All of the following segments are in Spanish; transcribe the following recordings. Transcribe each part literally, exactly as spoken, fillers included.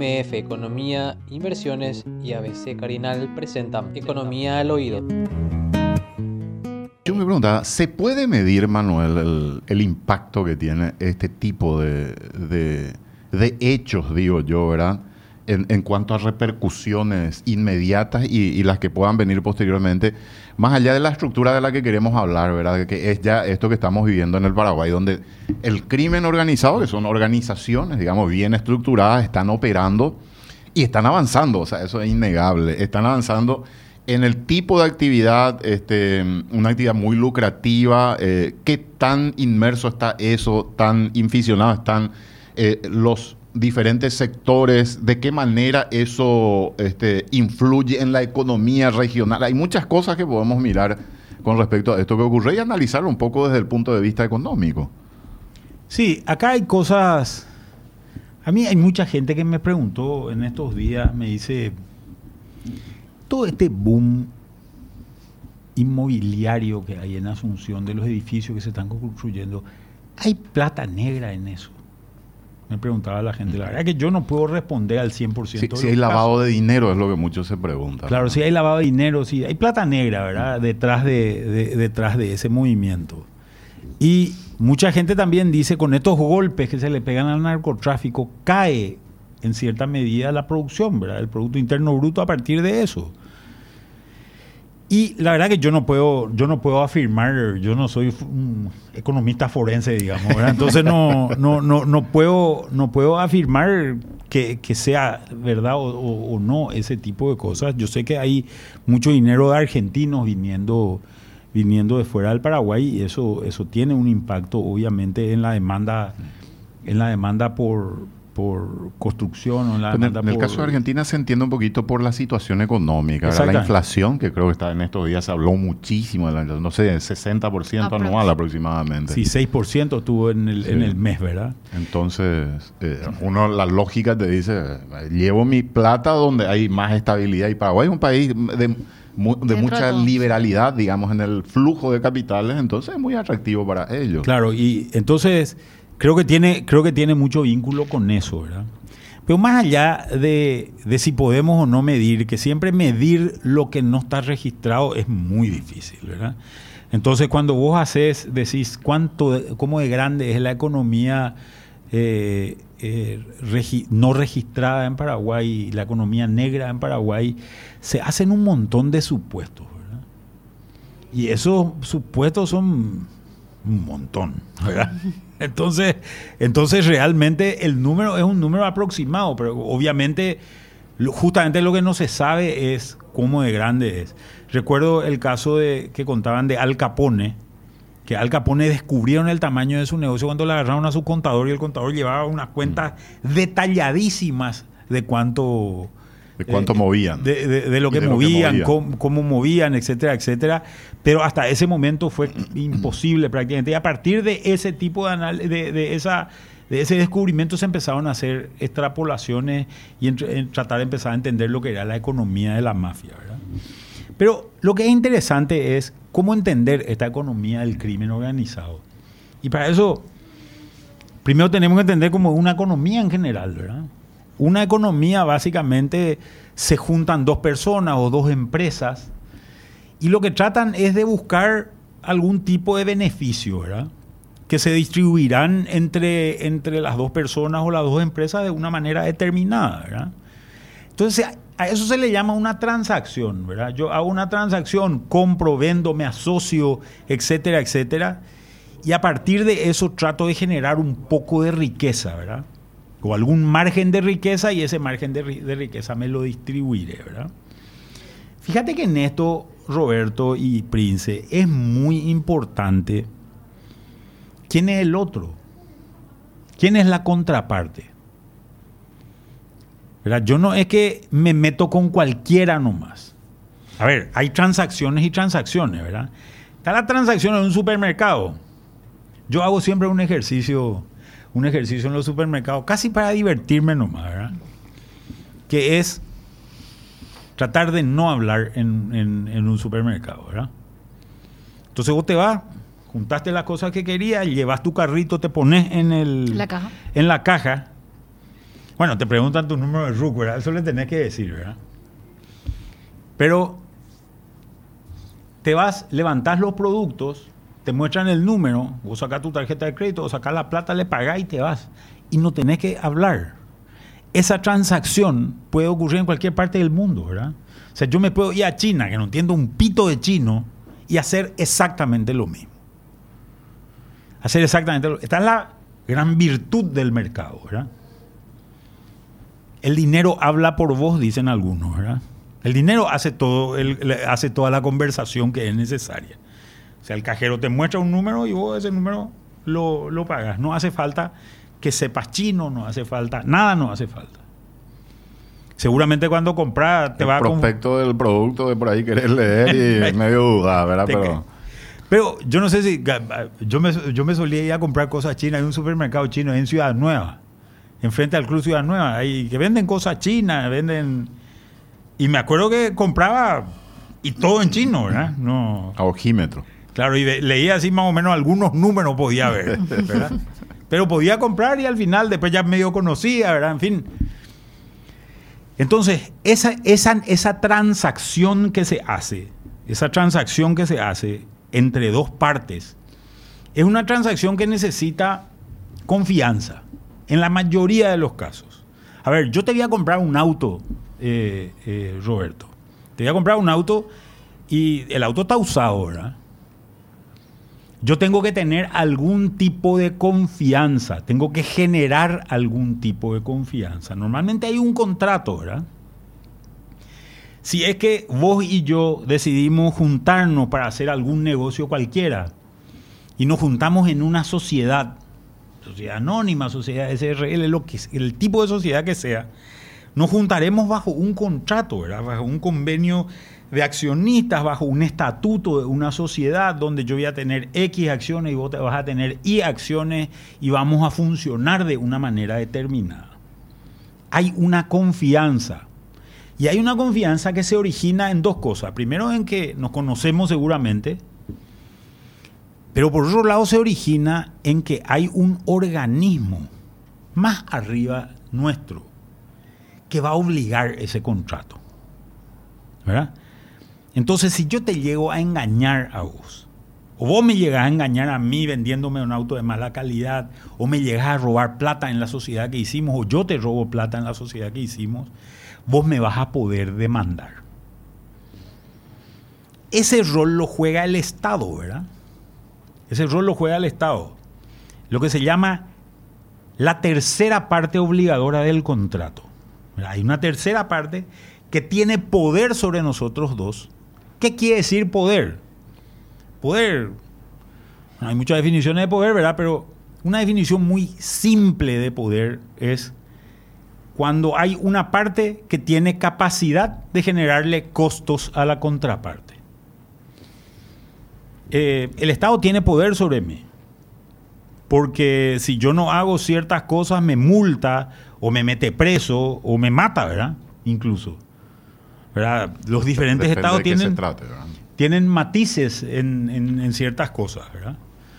M F Economía, Inversiones y A B C Carinal presentan Economía al Oído. Yo me preguntaba, ¿se puede medir, Manuel, el, el impacto que tiene este tipo de, de, de hechos, digo yo, ¿verdad? En, en cuanto a repercusiones inmediatas y, y las que puedan venir posteriormente, más allá de la estructura de la que queremos hablar, ¿verdad? Que es ya esto que estamos viviendo en el Paraguay, donde el crimen organizado, que son organizaciones, digamos, bien estructuradas, están operando y están avanzando, o sea, eso es innegable, están avanzando en el tipo de actividad, este, una actividad muy lucrativa. Eh, ¿qué tan inmerso está eso, tan inficionado están eh, los diferentes sectores? ¿De qué manera eso este, influye en la economía regional? Hay muchas cosas que podemos mirar con respecto a esto que ocurre y analizarlo un poco desde el punto de vista económico. Sí, acá hay cosas... A mí hay mucha gente que me preguntó en estos días, me dice... Todo este boom inmobiliario que hay en Asunción, de los edificios que se están construyendo, ¿hay plata negra en eso? Me preguntaba la gente. La verdad es que yo no puedo responder al cien por ciento. Si, si hay lavado de dinero, es lo que muchos se preguntan. Claro, ¿no? Si hay lavado de dinero, si hay plata negra, ¿verdad? Detrás de, de, detrás de ese movimiento. Y mucha gente también dice, con estos golpes que se le pegan al narcotráfico, cae en cierta medida la producción, ¿verdad? El Producto Interno Bruto a partir de eso. Y la verdad que yo no puedo, yo no puedo afirmar, yo no soy un economista forense, digamos, ¿verdad? Entonces no, no, no, no puedo, no puedo afirmar que, que sea verdad o, o, o no ese tipo de cosas. Yo sé que hay mucho dinero de argentinos viniendo, viniendo de fuera del Paraguay y eso, eso tiene un impacto obviamente en la demanda, en la demanda por por construcción o en la en el, en el por... caso de Argentina se entiende un poquito por la situación económica, la inflación, que creo que está en estos días se habló muchísimo, no sé, sesenta por ciento Aprox. anual aproximadamente. Sí, seis por ciento estuvo en el, sí. en el mes, ¿verdad? Entonces, eh, uno, la lógica te dice, llevo mi plata donde hay más estabilidad, y Paraguay es un país de, de mucha liberalidad, digamos, en el flujo de capitales, entonces es muy atractivo para ellos. Claro, y entonces... Creo que tiene, creo que tiene mucho vínculo con eso, ¿verdad? Pero más allá de, de si podemos o no medir, que siempre medir lo que no está registrado es muy difícil, ¿verdad? Entonces, cuando vos haces, decís cuánto, cómo de grande es la economía eh, eh, regi- no registrada en Paraguay, la economía negra en Paraguay, se hacen un montón de supuestos, ¿verdad? Y esos supuestos son un montón, ¿verdad? Entonces, entonces realmente el número es un número aproximado, pero obviamente justamente lo que no se sabe es cómo de grande es. Recuerdo el caso de que contaban de Al Capone, que Al Capone descubrieron el tamaño de su negocio cuando le agarraron a su contador y el contador llevaba unas cuentas detalladísimas de cuánto... De cuánto eh, movían. De, de, de lo que de movían, lo que movían. Cómo, cómo movían, etcétera, etcétera. Pero hasta ese momento fue imposible prácticamente. Y a partir de ese tipo de, anal- de, de, esa, de ese descubrimiento se empezaron a hacer extrapolaciones y en, en tratar de empezar a entender lo que era la economía de la mafia, ¿verdad? Pero lo que es interesante es cómo entender esta economía del crimen organizado. Y para eso, primero tenemos que entender como una economía en general, ¿verdad? Una economía básicamente se juntan dos personas o dos empresas y lo que tratan es de buscar algún tipo de beneficio, ¿verdad? Que se distribuirán entre, entre las dos personas o las dos empresas de una manera determinada, ¿verdad? Entonces a eso se le llama una transacción, ¿verdad? Yo hago una transacción, compro, vendo, me asocio, etcétera, etcétera, y a partir de eso trato de generar un poco de riqueza, ¿verdad? O algún margen de riqueza y ese margen de, de riqueza me lo distribuiré, ¿verdad? Fíjate que en esto, Roberto y Prince, es muy importante quién es el otro, quién es la contraparte, ¿verdad? Yo no es que me meto con cualquiera nomás. A ver, hay transacciones y transacciones, ¿verdad? Está la transacción en un supermercado. Yo hago siempre un ejercicio... un ejercicio en los supermercados, casi para divertirme nomás, ¿verdad? Que es tratar de no hablar en, en, en un supermercado, ¿verdad? Entonces vos te vas, juntaste las cosas que querías, llevas tu carrito, te pones en, el, la caja. en la caja Bueno, te preguntan tu número de R U C, ¿verdad? Eso le tenés que decir, ¿verdad? Pero te vas, levantás los productos, te muestran el número, vos sacás tu tarjeta de crédito, o sacás la plata, le pagás y te vas. Y no tenés que hablar. Esa transacción puede ocurrir en cualquier parte del mundo, ¿verdad? O sea, yo me puedo ir a China, que no entiendo un pito de chino, y hacer exactamente lo mismo. Hacer exactamente lo mismo. Esta es la gran virtud del mercado, ¿verdad? El dinero habla por vos, dicen algunos, ¿verdad? El dinero hace todo, el, hace toda la conversación que es necesaria. O sea, el cajero te muestra un número y vos ese número lo, lo pagas. No hace falta que sepas chino, no hace falta, nada no hace falta. Seguramente cuando compras te el va a... El prospecto del producto de por ahí querés leer y medio dudar, ¿verdad? Pero... Pero yo no sé si... Yo me, yo me solía ir a comprar cosas chinas. Hay un supermercado chino en Ciudad Nueva, enfrente al Club Ciudad Nueva, ahí, que venden cosas chinas, venden... Y me acuerdo que compraba y todo en chino, ¿verdad? No... A ojímetro. Claro, y leía así más o menos algunos números podía ver, ¿verdad? Pero podía comprar y al final después ya medio conocía, ¿verdad? En fin... Entonces, esa, esa, esa transacción que se hace, esa transacción que se hace entre dos partes, es una transacción que necesita confianza, en la mayoría de los casos. A ver, yo te voy a comprar un auto, eh, eh, Roberto. Te voy a comprar un auto y el auto está usado, ¿verdad? Yo tengo que tener algún tipo de confianza, tengo que generar algún tipo de confianza. Normalmente hay un contrato, ¿verdad? Si es que vos y yo decidimos juntarnos para hacer algún negocio cualquiera y nos juntamos en una sociedad, sociedad anónima, sociedad S R L, lo que, el tipo de sociedad que sea, nos juntaremos bajo un contrato, ¿verdad? Bajo un convenio de accionistas, bajo un estatuto de una sociedad donde yo voy a tener X acciones y vos te vas a tener Y acciones y vamos a funcionar de una manera determinada. Hay una confianza. Y hay una confianza que se origina en dos cosas. Primero, en que nos conocemos seguramente, pero por otro lado se origina en que hay un organismo más arriba nuestro que va a obligar ese contrato, ¿verdad? Entonces, si yo te llego a engañar a vos, o vos me llegás a engañar a mí vendiéndome un auto de mala calidad, o me llegás a robar plata en la sociedad que hicimos, o yo te robo plata en la sociedad que hicimos, vos me vas a poder demandar. Ese rol lo juega el Estado, ¿verdad? Ese rol lo juega el Estado. Lo que se llama la tercera parte obligadora del contrato. Hay una tercera parte que tiene poder sobre nosotros dos. ¿Qué quiere decir poder? Poder, bueno, hay muchas definiciones de poder, ¿verdad? Pero una definición muy simple de poder es cuando hay una parte que tiene capacidad de generarle costos a la contraparte. Eh, el Estado tiene poder sobre mí, porque si yo no hago ciertas cosas me multa o me mete preso o me mata, ¿verdad? Incluso, ¿verdad? Los diferentes Depende estados de qué tienen, se trate, ¿verdad? Tienen matices en, en, en ciertas cosas, ¿verdad?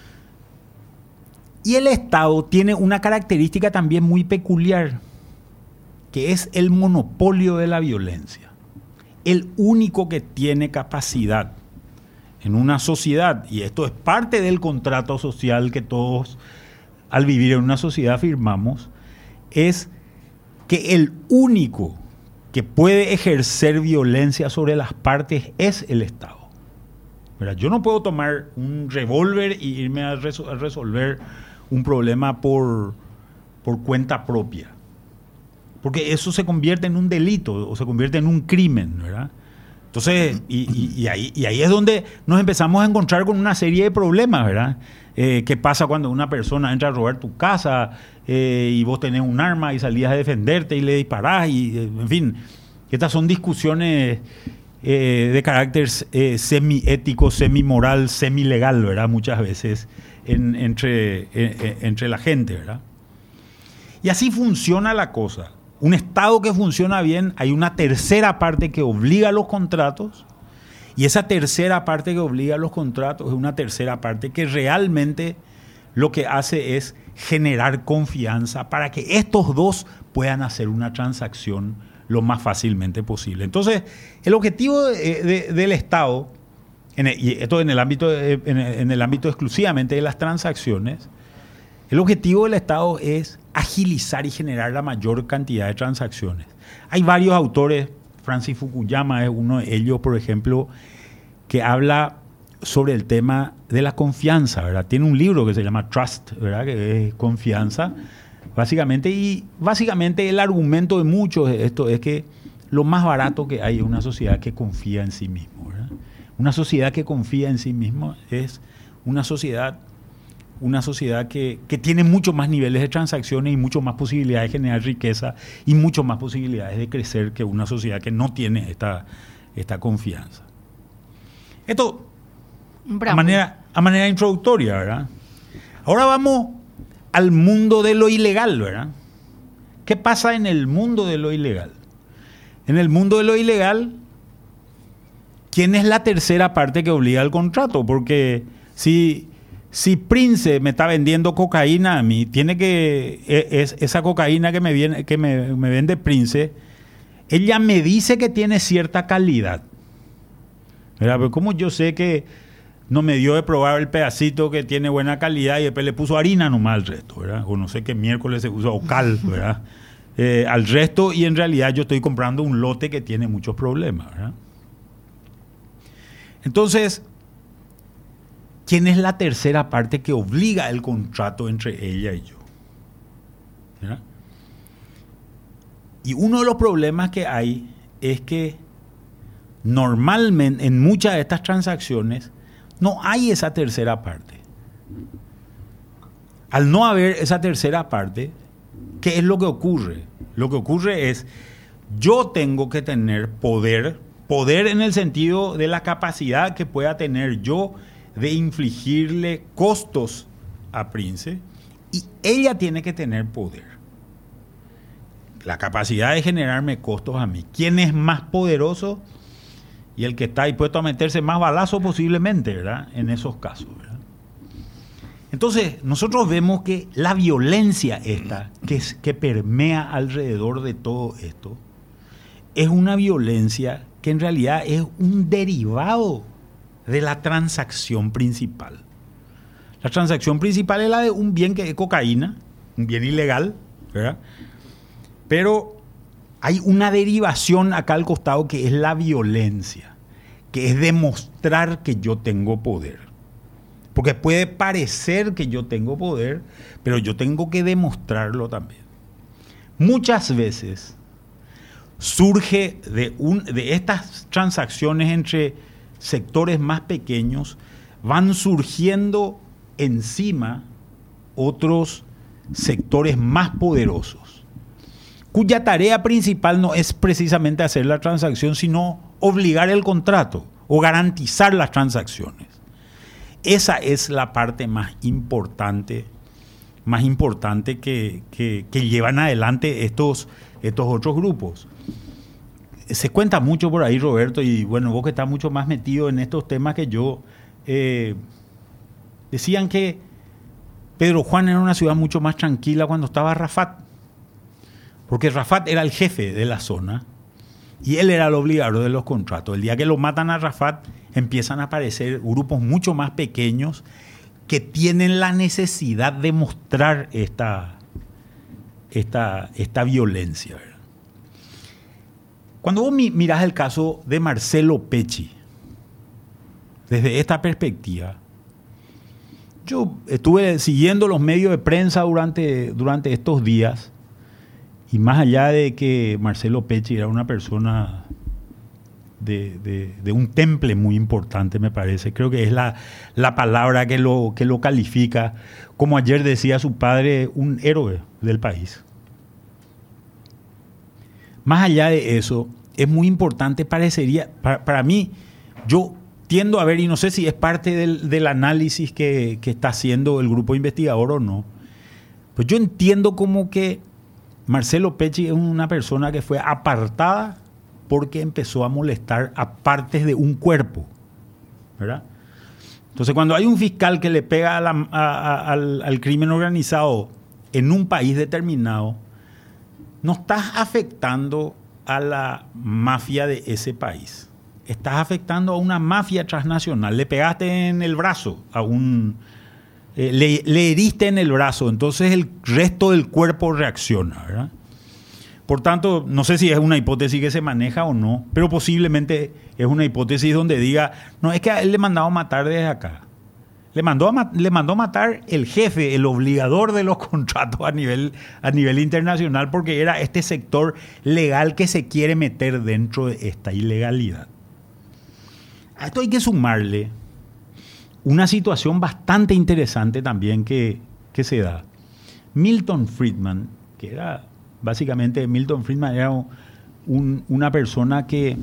Y el Estado tiene una característica también muy peculiar, que es el monopolio de la violencia. El único que tiene capacidad en una sociedad, y esto es parte del contrato social que todos al vivir en una sociedad firmamos, es que el único que puede ejercer violencia sobre las partes es el Estado. ¿Verdad? Yo no puedo tomar un revólver y irme a, resol- a resolver un problema por, por cuenta propia, porque eso se convierte en un delito o se convierte en un crimen, ¿verdad? Entonces, y, y, y, ahí, y ahí es donde nos empezamos a encontrar con una serie de problemas, ¿verdad? Eh, ¿Qué pasa cuando una persona entra a robar tu casa eh, y vos tenés un arma y salís a defenderte y le disparás? Y, eh, en fin, estas son discusiones eh, de carácter eh, semi-ético, semi-moral, semi-legal, ¿verdad? Muchas veces en, entre, en, entre la gente, ¿verdad? Y así funciona la cosa. Un Estado que funciona bien, hay una tercera parte que obliga a los contratos, y esa tercera parte que obliga a los contratos es una tercera parte que realmente lo que hace es generar confianza para que estos dos puedan hacer una transacción lo más fácilmente posible. Entonces, el objetivo de, de, del Estado, en el, y esto en el, ámbito, en, el, en el ámbito exclusivamente de las transacciones, el objetivo del Estado es agilizar y generar la mayor cantidad de transacciones. Hay varios autores, Francis Fukuyama es uno de ellos, por ejemplo, que habla sobre el tema de la confianza, ¿verdad? Tiene un libro que se llama Trust, ¿verdad? Que es confianza, básicamente, y básicamente el argumento de muchos de esto es que lo más barato que hay es una sociedad que confía en sí mismo, ¿verdad? Una sociedad que confía en sí mismo es una sociedad, una sociedad que, que tiene mucho más niveles de transacciones y mucho más posibilidades de generar riqueza y mucho más posibilidades de crecer que una sociedad que no tiene esta, esta confianza. Esto a manera, a manera introductoria, ¿verdad? Ahora vamos al mundo de lo ilegal, ¿verdad? ¿Qué pasa en el mundo de lo ilegal? En el mundo de lo ilegal, ¿quién es la tercera parte que obliga al contrato? Porque si, si Prince me está vendiendo cocaína a mí, tiene que es, esa cocaína que me viene, que me, me vende Prince, ella me dice que tiene cierta calidad, ¿verdad? Pero ¿cómo yo sé que no me dio de probar el pedacito que tiene buena calidad y después le puso harina nomás al resto, ¿verdad? O no sé qué miércoles se usa, o cal, ¿verdad? Eh, al resto, y en realidad yo estoy comprando un lote que tiene muchos problemas, ¿verdad? Entonces, ¿quién es la tercera parte que obliga el contrato entre ella y yo? ¿Verdad? Y uno de los problemas que hay es que normalmente en muchas de estas transacciones no hay esa tercera parte. Al no haber esa tercera parte, ¿qué es lo que ocurre? Lo que ocurre es, yo tengo que tener poder, poder en el sentido de la capacidad que pueda tener yo de infligirle costos a Prince, y ella tiene que tener poder. La capacidad de generarme costos a mí. ¿Quién es más poderoso? Y el que está dispuesto a meterse más balazo posiblemente, ¿verdad? En esos casos, ¿verdad? Entonces, nosotros vemos que la violencia esta, que, es, que permea alrededor de todo esto, es una violencia que en realidad es un derivado de la transacción principal. La transacción principal es la de un bien que es cocaína, un bien ilegal, ¿verdad? Pero hay una derivación acá al costado que es la violencia, que es demostrar que yo tengo poder. Porque puede parecer que yo tengo poder, pero yo tengo que demostrarlo también. Muchas veces surge de, un, de estas transacciones entre sectores más pequeños, van surgiendo encima otros sectores más poderosos, cuya tarea principal no es precisamente hacer la transacción, sino obligar el contrato o garantizar las transacciones. Esa es la parte más importante, más importante que, que, que llevan adelante estos, estos otros grupos. Se cuenta mucho por ahí, Roberto, y bueno, vos que estás mucho más metido en estos temas que yo, eh, decían que Pedro Juan era una ciudad mucho más tranquila cuando estaba Rafat. Porque Rafat era el jefe de la zona y él era el obligador de los contratos. El día que lo matan a Rafat, empiezan a aparecer grupos mucho más pequeños que tienen la necesidad de mostrar esta, esta, esta violencia, ¿verdad? Cuando vos mirás el caso de Marcelo Pecci, desde esta perspectiva, yo estuve siguiendo los medios de prensa durante, durante estos días. Y más allá de que Marcelo Pecci era una persona de, de, de un temple muy importante, me parece, creo que es la, la palabra que lo, que lo califica, como ayer decía su padre, un héroe del país. Más allá de eso, es muy importante, parecería, para, para mí, yo tiendo a ver, y no sé si es parte del, del análisis que, que está haciendo el grupo investigador o no, pues yo entiendo como que Marcelo Pecci es una persona que fue apartada porque empezó a molestar a partes de un cuerpo, ¿verdad? Entonces, cuando hay un fiscal que le pega a la, a, a, al, al crimen organizado en un país determinado, no estás afectando a la mafia de ese país. Estás afectando a una mafia transnacional. Le pegaste en el brazo a un... Eh, le, le heriste en el brazo, entonces el resto del cuerpo reacciona, ¿verdad? Por tanto, no sé si es una hipótesis que se maneja o no, pero posiblemente es una hipótesis donde diga, no, es que a él le mandaba matar desde acá. Le mandó a, le mandó matar el jefe, el obligador de los contratos a nivel, a nivel internacional, porque era este sector legal que se quiere meter dentro de esta ilegalidad. A esto hay que sumarle una situación bastante interesante también que, que se da. Milton Friedman, que era básicamente, Milton Friedman era un, una persona que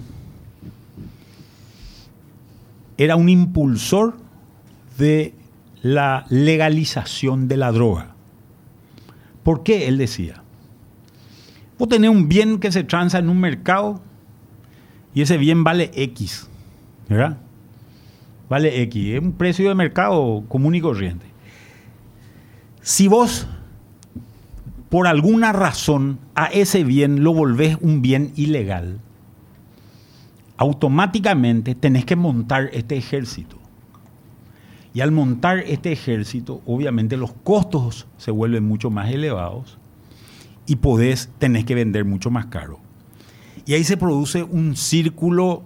era un impulsor de la legalización de la droga. ¿Por qué? Él decía, vos tenés un bien que se transa en un mercado y ese bien vale X, ¿verdad? Vale X, es un precio de mercado común y corriente. Si vos, por alguna razón, a ese bien lo volvés un bien ilegal, automáticamente tenés que montar este ejército. Y al montar este ejército, obviamente los costos se vuelven mucho más elevados y podés, tenés que vender mucho más caro. Y ahí se produce un círculo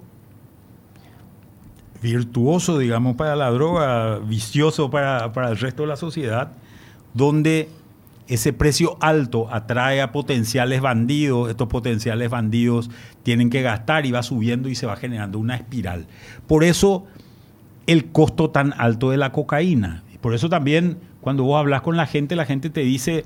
virtuoso, digamos, para la droga, vicioso para, para el resto de la sociedad, donde ese precio alto atrae a potenciales bandidos, estos potenciales bandidos tienen que gastar y va subiendo y se va generando una espiral. Por eso el costo tan alto de la cocaína. Por eso también cuando vos hablas con la gente, la gente te dice,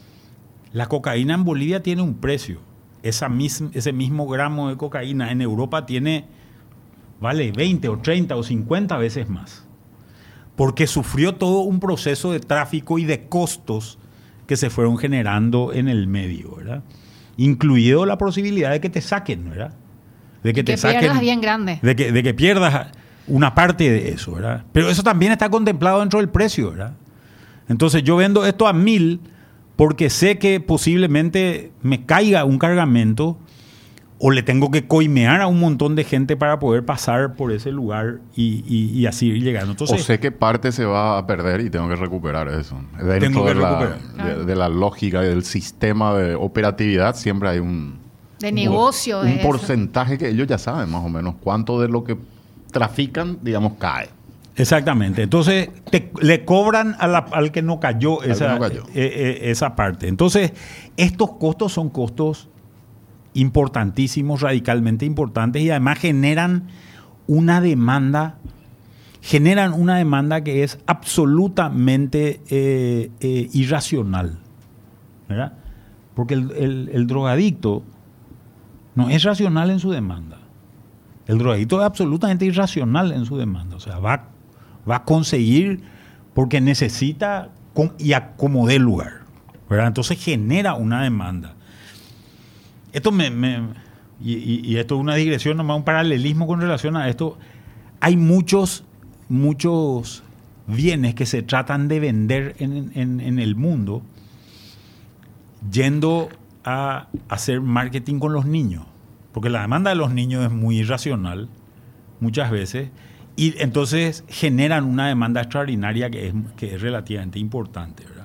la cocaína en Bolivia tiene un precio. Esa misma, ese mismo gramo de cocaína en Europa tiene, vale, veinte o treinta o cincuenta veces más. Porque sufrió todo un proceso de tráfico y de costos que se fueron generando en el medio, ¿verdad? Incluido la posibilidad de que te saquen, ¿verdad? De que, que te saquen, pierdas bien grande. De que, de que pierdas una parte de eso, ¿verdad? Pero eso también está contemplado dentro del precio, ¿verdad? Entonces yo vendo esto a mil porque sé que posiblemente me caiga un cargamento o le tengo que coimear a un montón de gente para poder pasar por ese lugar y, y, y así ir llegando. Entonces, o sé que parte se va a perder y tengo que recuperar eso. Dentro tengo que de, la, recuperar. de, de la lógica y del sistema de operatividad siempre hay un... De negocio. Un, de un porcentaje que ellos ya saben más o menos cuánto de lo que trafican, digamos, cae. Exactamente. Entonces, te, le cobran a la, al que no cayó, esa, que no cayó. Eh, eh, esa parte. Entonces, estos costos son costos importantísimos, radicalmente importantes, y además generan una demanda, generan una demanda que es absolutamente eh, eh, irracional, ¿verdad? Porque el, el, el drogadicto no es racional en su demanda. El drogadicto es absolutamente irracional en su demanda. O sea, va, va a conseguir porque necesita y acomode el lugar, ¿verdad? Entonces genera una demanda. Esto me, me y, y, y esto es una digresión, nomás un paralelismo con relación a esto. Hay muchos, muchos bienes que se tratan de vender en, en, en el mundo yendo a hacer marketing con los niños. Porque la demanda de los niños es muy irracional muchas veces y entonces generan una demanda extraordinaria que es, que es relativamente importante, ¿verdad?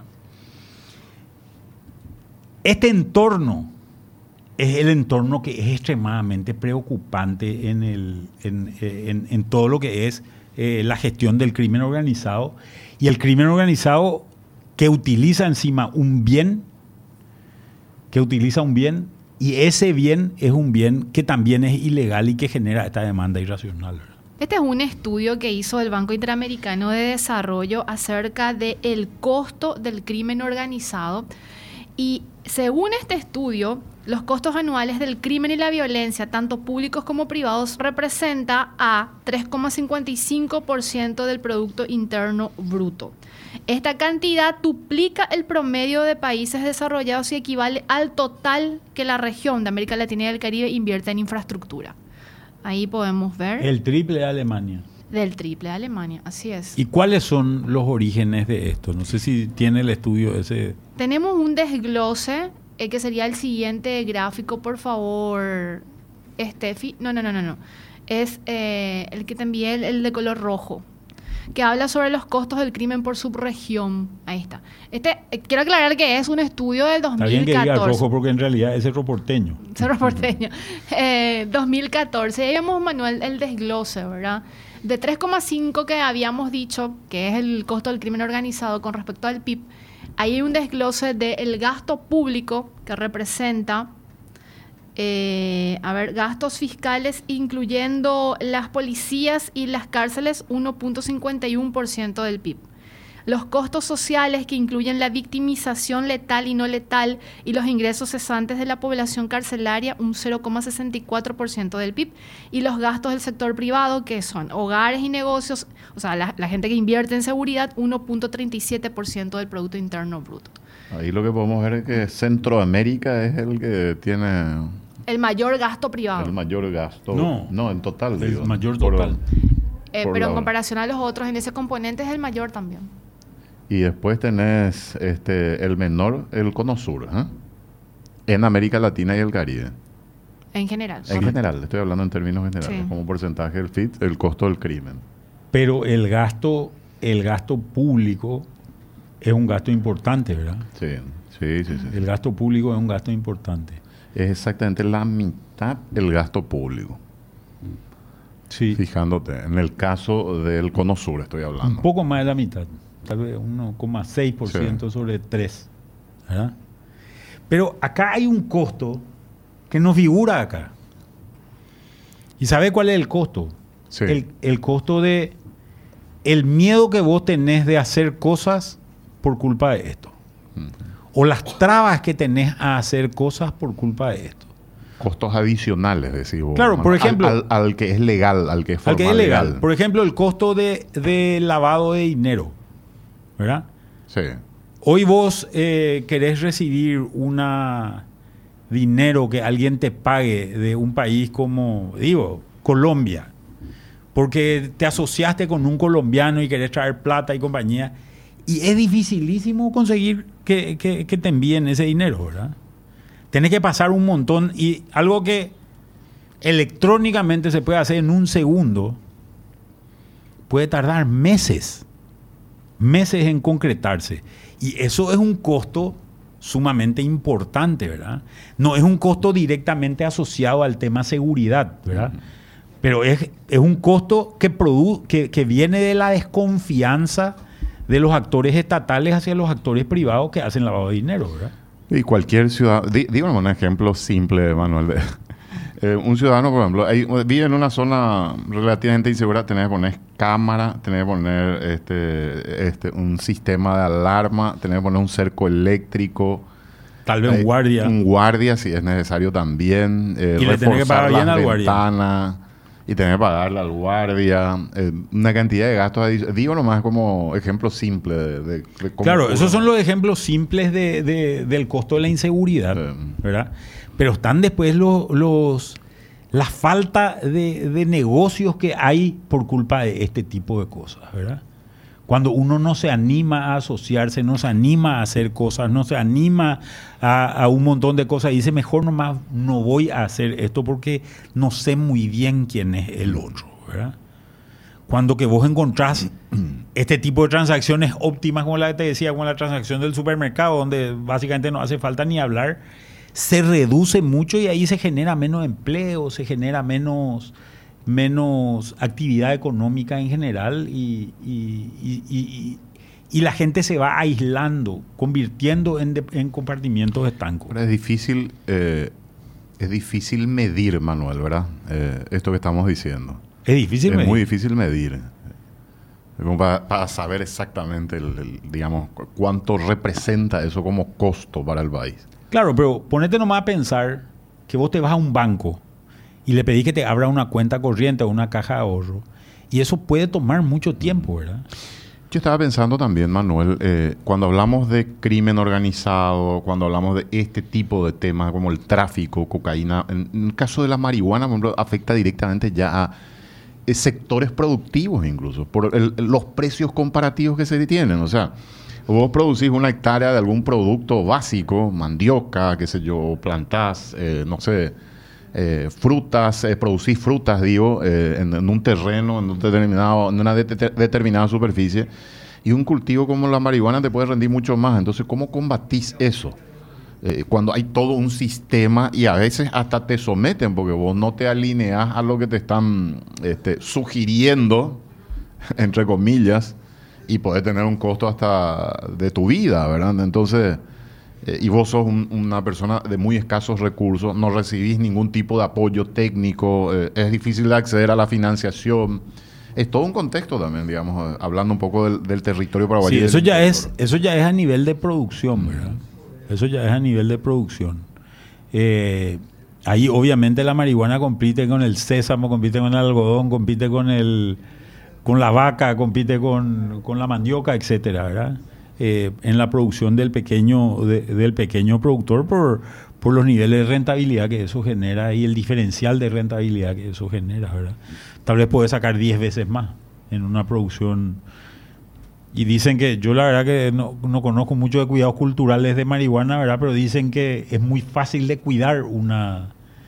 Este entorno es el entorno que es extremadamente preocupante en, el, en, en, en todo lo que es eh, la gestión del crimen organizado, y el crimen organizado que utiliza encima un bien, que utiliza un bien, y ese bien es un bien que también es ilegal y que genera esta demanda irracional, ¿verdad? Este es un estudio que hizo el Banco Interamericano de Desarrollo acerca del costo del crimen organizado, y según este estudio, los costos anuales del crimen y la violencia, tanto públicos como privados, representa a tres coma cincuenta y cinco por ciento del Producto Interno Bruto. Esta cantidad duplica el promedio de países desarrollados y equivale al total que la región de América Latina y el Caribe invierte en infraestructura. Ahí podemos ver. El triple de Alemania. Del triple de Alemania, así es. ¿Y cuáles son los orígenes de esto? No sé si tiene el estudio ese. Tenemos un desglose, eh, que sería el siguiente gráfico, por favor, Steffi. No, no, no, no, no. Es eh, el que te envié, el, el de color rojo, que habla sobre los costos del crimen por subregión. Ahí está. Este, eh, quiero aclarar que es un estudio del dos mil catorce. Está bien que diga rojo porque en realidad es Cerro Porteño. Cerro Porteño. eh, dos mil catorce. Ahí vemos, Manuel, el desglose, ¿verdad? De tres coma cinco que habíamos dicho, que es el costo del crimen organizado con respecto al P I B, ahí hay un desglose del gasto público que representa, eh, a ver, gastos fiscales, incluyendo las policías y las cárceles, uno punto cincuenta y uno por ciento del P I B. Los costos sociales, que incluyen la victimización letal y no letal, y los ingresos cesantes de la población carcelaria, un cero coma sesenta y cuatro por ciento del P I B. Y los gastos del sector privado, que son hogares y negocios, o sea, la, la gente que invierte en seguridad, uno punto treinta y siete por ciento del Producto Interno Bruto. Ahí lo que podemos ver es que Centroamérica es el que tiene el mayor gasto privado. El mayor gasto. No, no en total. El digo, mayor total. Eh, pero en comparación a los otros, en ese componente es el mayor también. Y después tenés este, el menor, el Cono Sur, ¿eh? En América Latina y el Caribe. En general. En correcto. General, estoy hablando en términos generales, sí. Como porcentaje del F I T, el costo del crimen. Pero el gasto, el gasto público es un gasto importante, ¿verdad? Sí, sí, sí, sí. El gasto público es un gasto importante. Es exactamente la mitad del gasto público. Sí. Fijándote, en el caso del Cono Sur estoy hablando. Un poco más de la mitad. Tal vez uno coma seis por ciento sí. Sobre tres, ¿verdad? Pero acá hay un costo que no figura acá. ¿Y sabe cuál es el costo? Sí. El, el costo de el miedo que vos tenés de hacer cosas por culpa de esto. Uh-huh. O las trabas que tenés a hacer cosas por culpa de esto. Costos adicionales, decimos. Claro, por ejemplo... Al, al, al que es legal, al que es formal al que es legal. legal. Por ejemplo, el costo de, de lavado de dinero. ¿Verdad? Sí. Hoy vos eh, querés recibir una dinero que alguien te pague de un país como, digo, Colombia, porque te asociaste con un colombiano y querés traer plata y compañía, y es dificilísimo conseguir que, que, que te envíen ese dinero, ¿verdad? Tenés que pasar un montón, y algo que electrónicamente se puede hacer en un segundo, puede tardar meses. meses en concretarse. Y eso es un costo sumamente importante, ¿verdad? No es un costo directamente asociado al tema seguridad, ¿verdad? Uh-huh. Pero es, es un costo que, produ- que, que viene de la desconfianza de los actores estatales hacia los actores privados que hacen lavado de dinero, ¿verdad? Y cualquier ciudadano... Dí, dígame un ejemplo simple, Manuel. Eh, un ciudadano, por ejemplo, hay, vive en una zona relativamente insegura, tenés que poner cámara, tenés que poner este, este, un sistema de alarma, tenés que poner un cerco eléctrico. Tal vez eh, un guardia. Un guardia, si es necesario también. Eh, y le tenés que pagar bien al guardia. Y tenés que pagarle al guardia. Eh, una cantidad de gastos adicionales. Digo nomás como ejemplo simple de, de, de cómo... Claro, esos son los ejemplos simples de, de, del costo de la inseguridad, eh. ¿verdad? Pero están después los, los la falta de, de negocios que hay por culpa de este tipo de cosas, ¿verdad? Cuando uno no se anima a asociarse, no se anima a hacer cosas, no se anima a, a un montón de cosas y dice, mejor nomás no voy a hacer esto porque no sé muy bien quién es el otro, ¿verdad? Cuando que vos encontrás este tipo de transacciones óptimas, como la que te decía, como la transacción del supermercado, donde básicamente no hace falta ni hablar, se reduce mucho y ahí se genera menos empleo, se genera menos, menos actividad económica en general y, y, y, y, y la gente se va aislando, convirtiendo en, de, en compartimientos estancos. Pero es difícil, eh, es difícil medir, Manuel, ¿verdad? Eh, esto que estamos diciendo. Es difícil es medir. Es muy difícil medir. Como para, para saber exactamente, el, el, digamos, cuánto representa eso como costo para el país. Claro, pero ponete nomás a pensar que vos te vas a un banco y le pedís que te abra una cuenta corriente o una caja de ahorro. Y eso puede tomar mucho tiempo, ¿verdad? Yo estaba pensando también, Manuel, eh, cuando hablamos de crimen organizado, cuando hablamos de este tipo de temas como el tráfico, cocaína, en, en el caso de la marihuana, por ejemplo, afecta directamente ya a eh, sectores productivos incluso, por el, los precios comparativos que se tienen. O sea, vos producís una hectárea de algún producto básico, mandioca, qué sé yo, plantás, eh, no sé, eh, frutas, eh, producís frutas, digo, eh, en, en un terreno, en, un determinado, en una de, de, determinada superficie, y un cultivo como la marihuana te puede rendir mucho más. Entonces, ¿cómo combatís eso? Eh, cuando hay todo un sistema y a veces hasta te someten porque vos no te alineás a lo que te están este, sugiriendo, entre comillas, y podés tener un costo hasta de tu vida, ¿verdad? Entonces, eh, y vos sos un, una persona de muy escasos recursos, no recibís ningún tipo de apoyo técnico, eh, es difícil de acceder a la financiación. Es todo un contexto también, digamos, hablando un poco del, del territorio paraguayo. Sí, eso ya es, eso ya es a nivel de producción, ¿verdad? Eso ya es a nivel de producción. Eh, ahí obviamente la marihuana compite con el sésamo, compite con el algodón, compite con el con la vaca, compite con, con la mandioca, etcétera, ¿verdad? Eh, en la producción del pequeño de, del pequeño productor por, por los niveles de rentabilidad que eso genera y el diferencial de rentabilidad que eso genera, ¿verdad? Tal vez puede sacar diez veces más en una producción. Y dicen que, yo la verdad que no, no conozco mucho de cuidados culturales de marihuana, ¿verdad? Pero dicen que es muy fácil de cuidar una,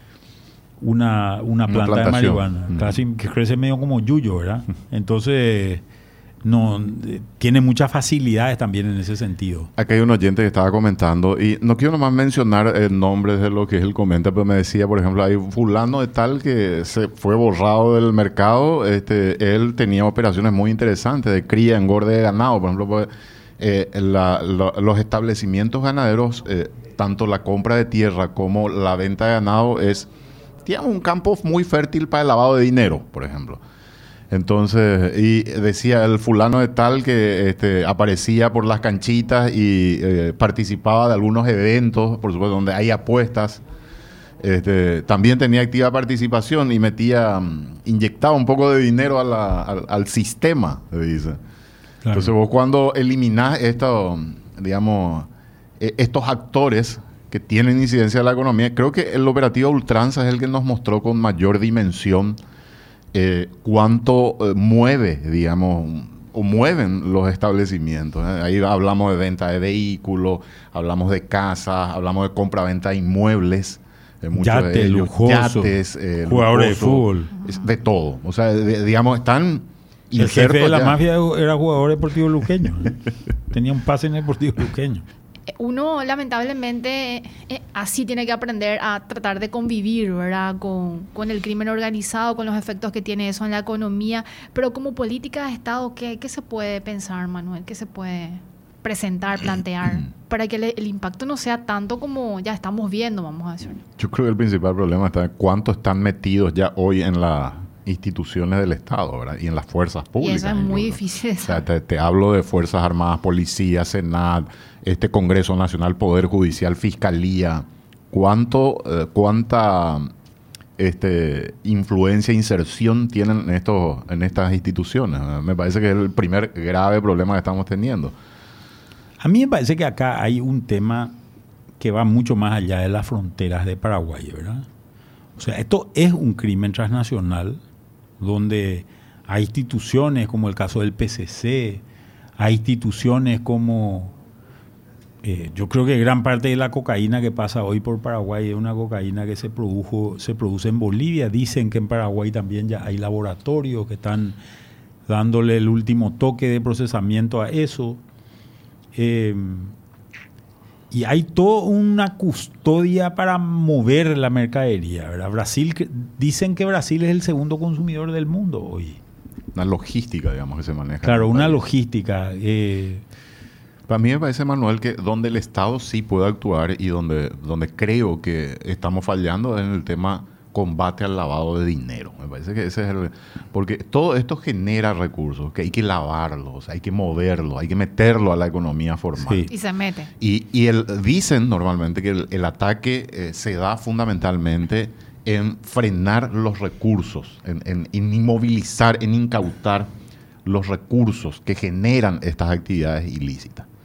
una, una planta una de marihuana. Mm. Casi que crece medio como yuyo, ¿verdad? Entonces, no, tiene muchas facilidades también en ese sentido. Aquí hay un oyente que estaba comentando, y no quiero nomás mencionar el nombre de lo que él comenta, pero me decía, por ejemplo, hay fulano de tal que se fue borrado del mercado. Este, él tenía operaciones muy interesantes de cría, engorde de ganado. Por ejemplo, pues, eh, la, la, los establecimientos ganaderos, eh, tanto la compra de tierra como la venta de ganado es, digamos, un campo muy fértil para el lavado de dinero, por ejemplo. Entonces, y decía el fulano de tal que este, aparecía por las canchitas y eh, participaba de algunos eventos, por supuesto, donde hay apuestas. Este, también tenía activa participación y metía, um, inyectaba un poco de dinero a la, al, al sistema, se dice. Claro. Entonces, vos cuando eliminás esto, digamos, eh, estos actores que tienen incidencia en la economía, creo que el operativo Ultranza es el que nos mostró con mayor dimensión Eh, cuánto eh, mueve, digamos, o mueven los establecimientos. ¿eh? Ahí hablamos de venta de vehículos, hablamos de casas, hablamos de compra-venta de inmuebles. Eh, Yates, de ellos, lujoso, yates, eh, jugadores lujoso, de fútbol. De todo. O sea, de, digamos, están El jefe de la ya. mafia era jugador deportivo luqueño. ¿eh? Tenía un pase en el deportivo luqueño. Uno lamentablemente eh, así tiene que aprender a tratar de convivir, ¿verdad? Con, con el crimen organizado, con los efectos que tiene eso en la economía, pero como política de Estado, ¿qué, qué se puede pensar, Manuel? ¿Qué se puede presentar, plantear, para que le, el impacto no sea tanto como ya estamos viendo, vamos a decir? Yo creo que el principal problema está en cuánto están metidos ya hoy en las instituciones del Estado, ¿verdad? Y en las fuerzas públicas. Y eso es muy incluso. difícil de saber. O sea, te, te hablo de Fuerzas Armadas, Policía, Senat, este Congreso Nacional, Poder Judicial, Fiscalía. ¿Cuánto, eh, cuánta este, influencia e inserción tienen en, estos, en estas instituciones? Me parece que es el primer grave problema que estamos teniendo. A mí me parece que acá hay un tema que va mucho más allá de las fronteras de Paraguay, ¿verdad? O sea, esto es un crimen transnacional donde hay instituciones como el caso del P C C, hay instituciones como, eh, yo creo que gran parte de la cocaína que pasa hoy por Paraguay es una cocaína que se produjo, se produce en Bolivia. Dicen que en Paraguay también ya hay laboratorios que están dándole el último toque de procesamiento a eso. Eh, y hay toda una custodia para mover la mercadería, ¿verdad? Brasil, dicen que Brasil es el segundo consumidor del mundo hoy. Una logística, digamos, que se maneja. Claro, una logística. Eh, Para mí me parece, Manuel, que donde el Estado sí puede actuar y donde, donde creo que estamos fallando es en el tema combate al lavado de dinero. Me parece que ese es el... Porque todo esto genera recursos, que hay que lavarlos, hay que moverlos, hay que meterlo a la economía formal. Sí. Y se mete. Y, y el, dicen normalmente que el, el ataque eh, se da fundamentalmente en frenar los recursos, en, en, en inmovilizar, en incautar los recursos que generan estas actividades ilícitas.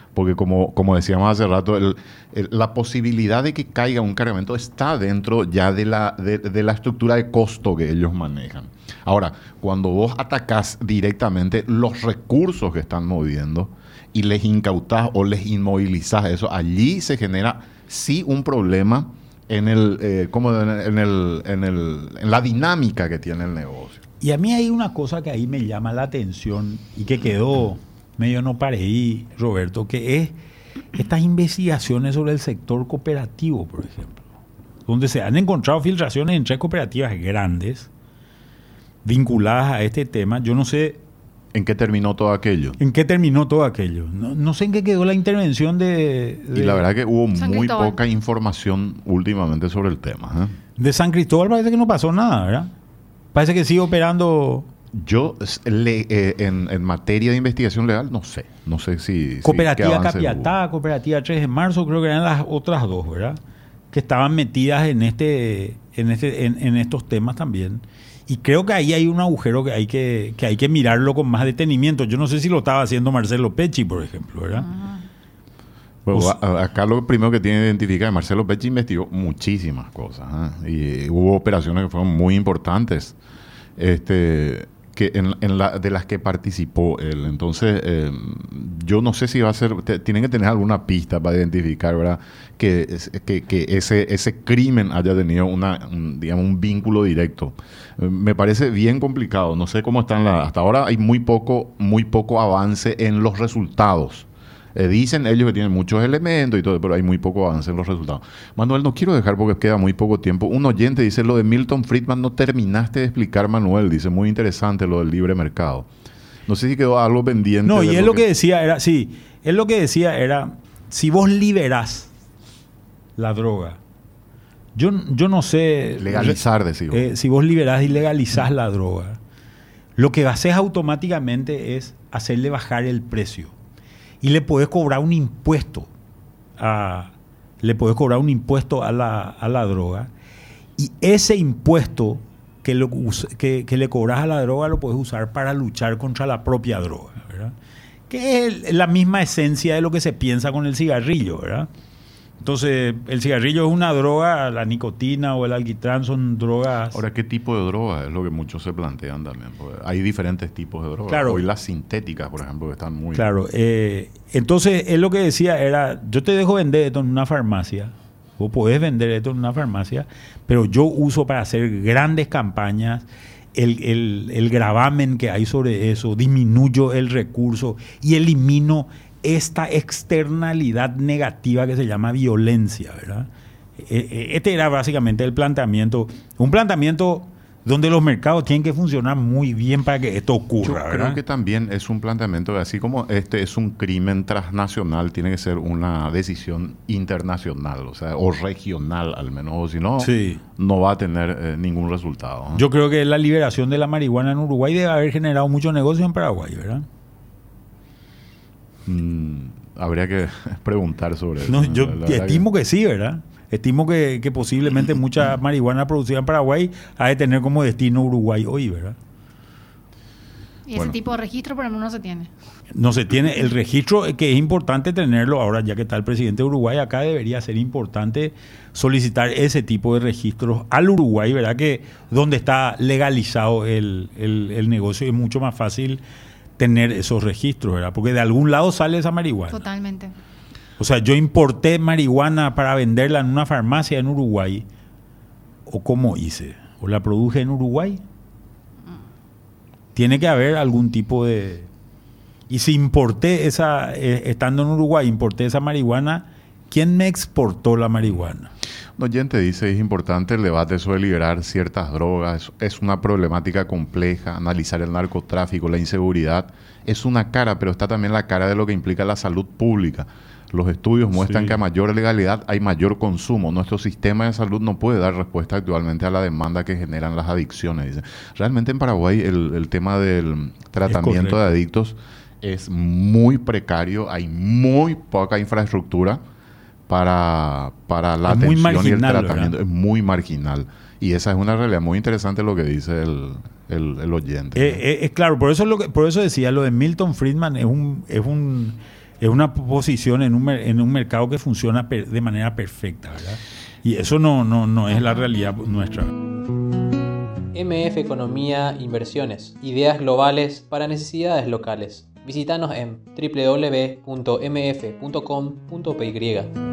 Porque como, como decíamos hace rato, el, el, la posibilidad de que caiga un cargamento está dentro ya de la, de, de la estructura de costo que ellos manejan. Ahora, cuando vos atacás directamente los recursos que están moviendo y les incautás o les inmovilizás eso, allí se genera sí un problema en, el, eh, como en, el, en, el, en, el, en la dinámica que tiene el negocio. Y a mí hay una cosa que ahí me llama la atención y que quedó medio no pareí, Roberto, que es estas investigaciones sobre el sector cooperativo, por ejemplo, donde se han encontrado filtraciones entre cooperativas grandes vinculadas a este tema. Yo no sé ¿en qué terminó todo aquello? ¿En qué terminó todo aquello? No, no sé en qué quedó la intervención de, de... Y la verdad que hubo San muy Cristóbal. poca información últimamente sobre el tema, ¿eh? De San Cristóbal parece que no pasó nada, ¿verdad? Parece que sigue operando... Yo, le, eh, en, en materia de investigación legal, no sé. No sé si... si Cooperativa qué avance Capiatá, hubo. Cooperativa tres de marzo, creo que eran las otras dos, ¿verdad? Que estaban metidas en este, en este, en, en estos temas también. Y creo que ahí hay un agujero que hay que, que hay que mirarlo con más detenimiento. Yo no sé si lo estaba haciendo Marcelo Pecci, por ejemplo, ¿verdad? Ah. Bueno, O sea- a- acá lo primero que tiene que identificar es Marcelo Pecci investigó muchísimas cosas, ¿eh? Y hubo operaciones que fueron muy importantes, este, que en, en la, de las que participó él. Entonces, eh, yo no sé si va a ser, te- tienen que tener alguna pista para identificar, ¿verdad? Que, es- que, que ese, ese crimen haya tenido una, un, digamos, un vínculo directo. Eh, me parece bien complicado. No sé cómo están las, hasta ahora hay muy poco, muy poco avance en los resultados. Eh, dicen ellos que tienen muchos elementos y todo, pero hay muy poco avance en los resultados. Manuel, no quiero dejar porque queda muy poco tiempo. Un oyente dice, lo de Milton Friedman no terminaste de explicar, Manuel. Dice, muy interesante lo del libre mercado. No sé si quedó algo pendiente. No, de y él lo que decía era, sí, él lo que decía era, si vos liberás la droga, yo, yo no sé... Legalizar, decimos. Eh, si vos liberás y legalizás la droga, lo que haces automáticamente es hacerle bajar el precio. Y le podés cobrar un impuesto a, le podés cobrar un impuesto a la, a la droga. Y ese impuesto que, lo, us- que, que le cobras a la droga lo podés usar para luchar contra la propia droga, ¿verdad? Que es el- la misma esencia de lo que se piensa con el cigarrillo, ¿verdad? Entonces, el cigarrillo es una droga, la nicotina o el alquitrán son drogas... Ahora, ¿qué tipo de droga? Es lo que muchos se plantean también. Porque hay diferentes tipos de drogas. Claro. Hoy las sintéticas, por ejemplo, que están muy... Claro, eh, entonces él lo que decía era, yo te dejo vender esto en una farmacia, vos podés vender esto en una farmacia, pero yo uso para hacer grandes campañas, el, el, el gravamen que hay sobre eso, disminuyo el recurso y elimino esta externalidad negativa que se llama violencia, ¿verdad? Eh, eh, Este era básicamente el planteamiento, un planteamiento donde los mercados tienen que funcionar muy bien para que esto Yo ocurra, ¿verdad? creo que también es un planteamiento de así como este es un crimen transnacional, tiene que ser una decisión internacional, o sea, o regional al menos, o si no, Sí. no va a tener eh, ningún resultado, ¿no? Yo creo que la liberación de la marihuana en Uruguay debe haber generado mucho negocio en Paraguay, ¿verdad? Mm, habría que preguntar sobre eso. No, ¿no? yo La verdad estimo que... sí, ¿verdad? Estimo que, que posiblemente mucha marihuana producida en Paraguay ha de tener como destino Uruguay hoy, ¿verdad? Y ese Bueno. tipo de registro, por ejemplo, no se tiene. No se tiene el registro, eh, que es importante tenerlo ahora, ya que está el presidente de Uruguay acá, debería ser importante solicitar ese tipo de registros al Uruguay, ¿verdad? Que donde está legalizado el, el, el negocio es mucho más fácil tener esos registros, ¿verdad? Porque de algún lado sale esa marihuana. Totalmente. O sea, yo importé marihuana para venderla en una farmacia en Uruguay. ¿O cómo hice? ¿O la produje en Uruguay? Tiene que haber algún tipo de... Y si importé esa, eh, estando en Uruguay, importé esa marihuana, ¿quién me exportó la marihuana? Un oyente dice, es importante el debate sobre liberar ciertas drogas, es, es una problemática compleja, analizar el narcotráfico, la inseguridad, es una cara, pero está también la cara de lo que implica la salud pública. Los estudios muestran Sí. que a mayor legalidad hay mayor consumo. Nuestro sistema de salud no puede dar respuesta actualmente a la demanda que generan las adicciones. Dice. Realmente en Paraguay el, el tema del tratamiento de correcto. adictos es muy precario, hay muy poca infraestructura para, para la Es muy atención y el marginal, tratamiento. ¿verdad? Es muy marginal. Y esa es una realidad muy interesante lo que dice el, el, el oyente. Eh, eh, es claro, por eso, es lo que, por eso decía, lo de Milton Friedman es un, es un, es una posición en un, mer- en un mercado que funciona per- de manera perfecta, ¿verdad? Y eso no, no, no es la realidad nuestra. M F Economía Inversiones. Ideas globales para necesidades locales. Visítanos en doble u doble u doble u punto m f punto com punto p y.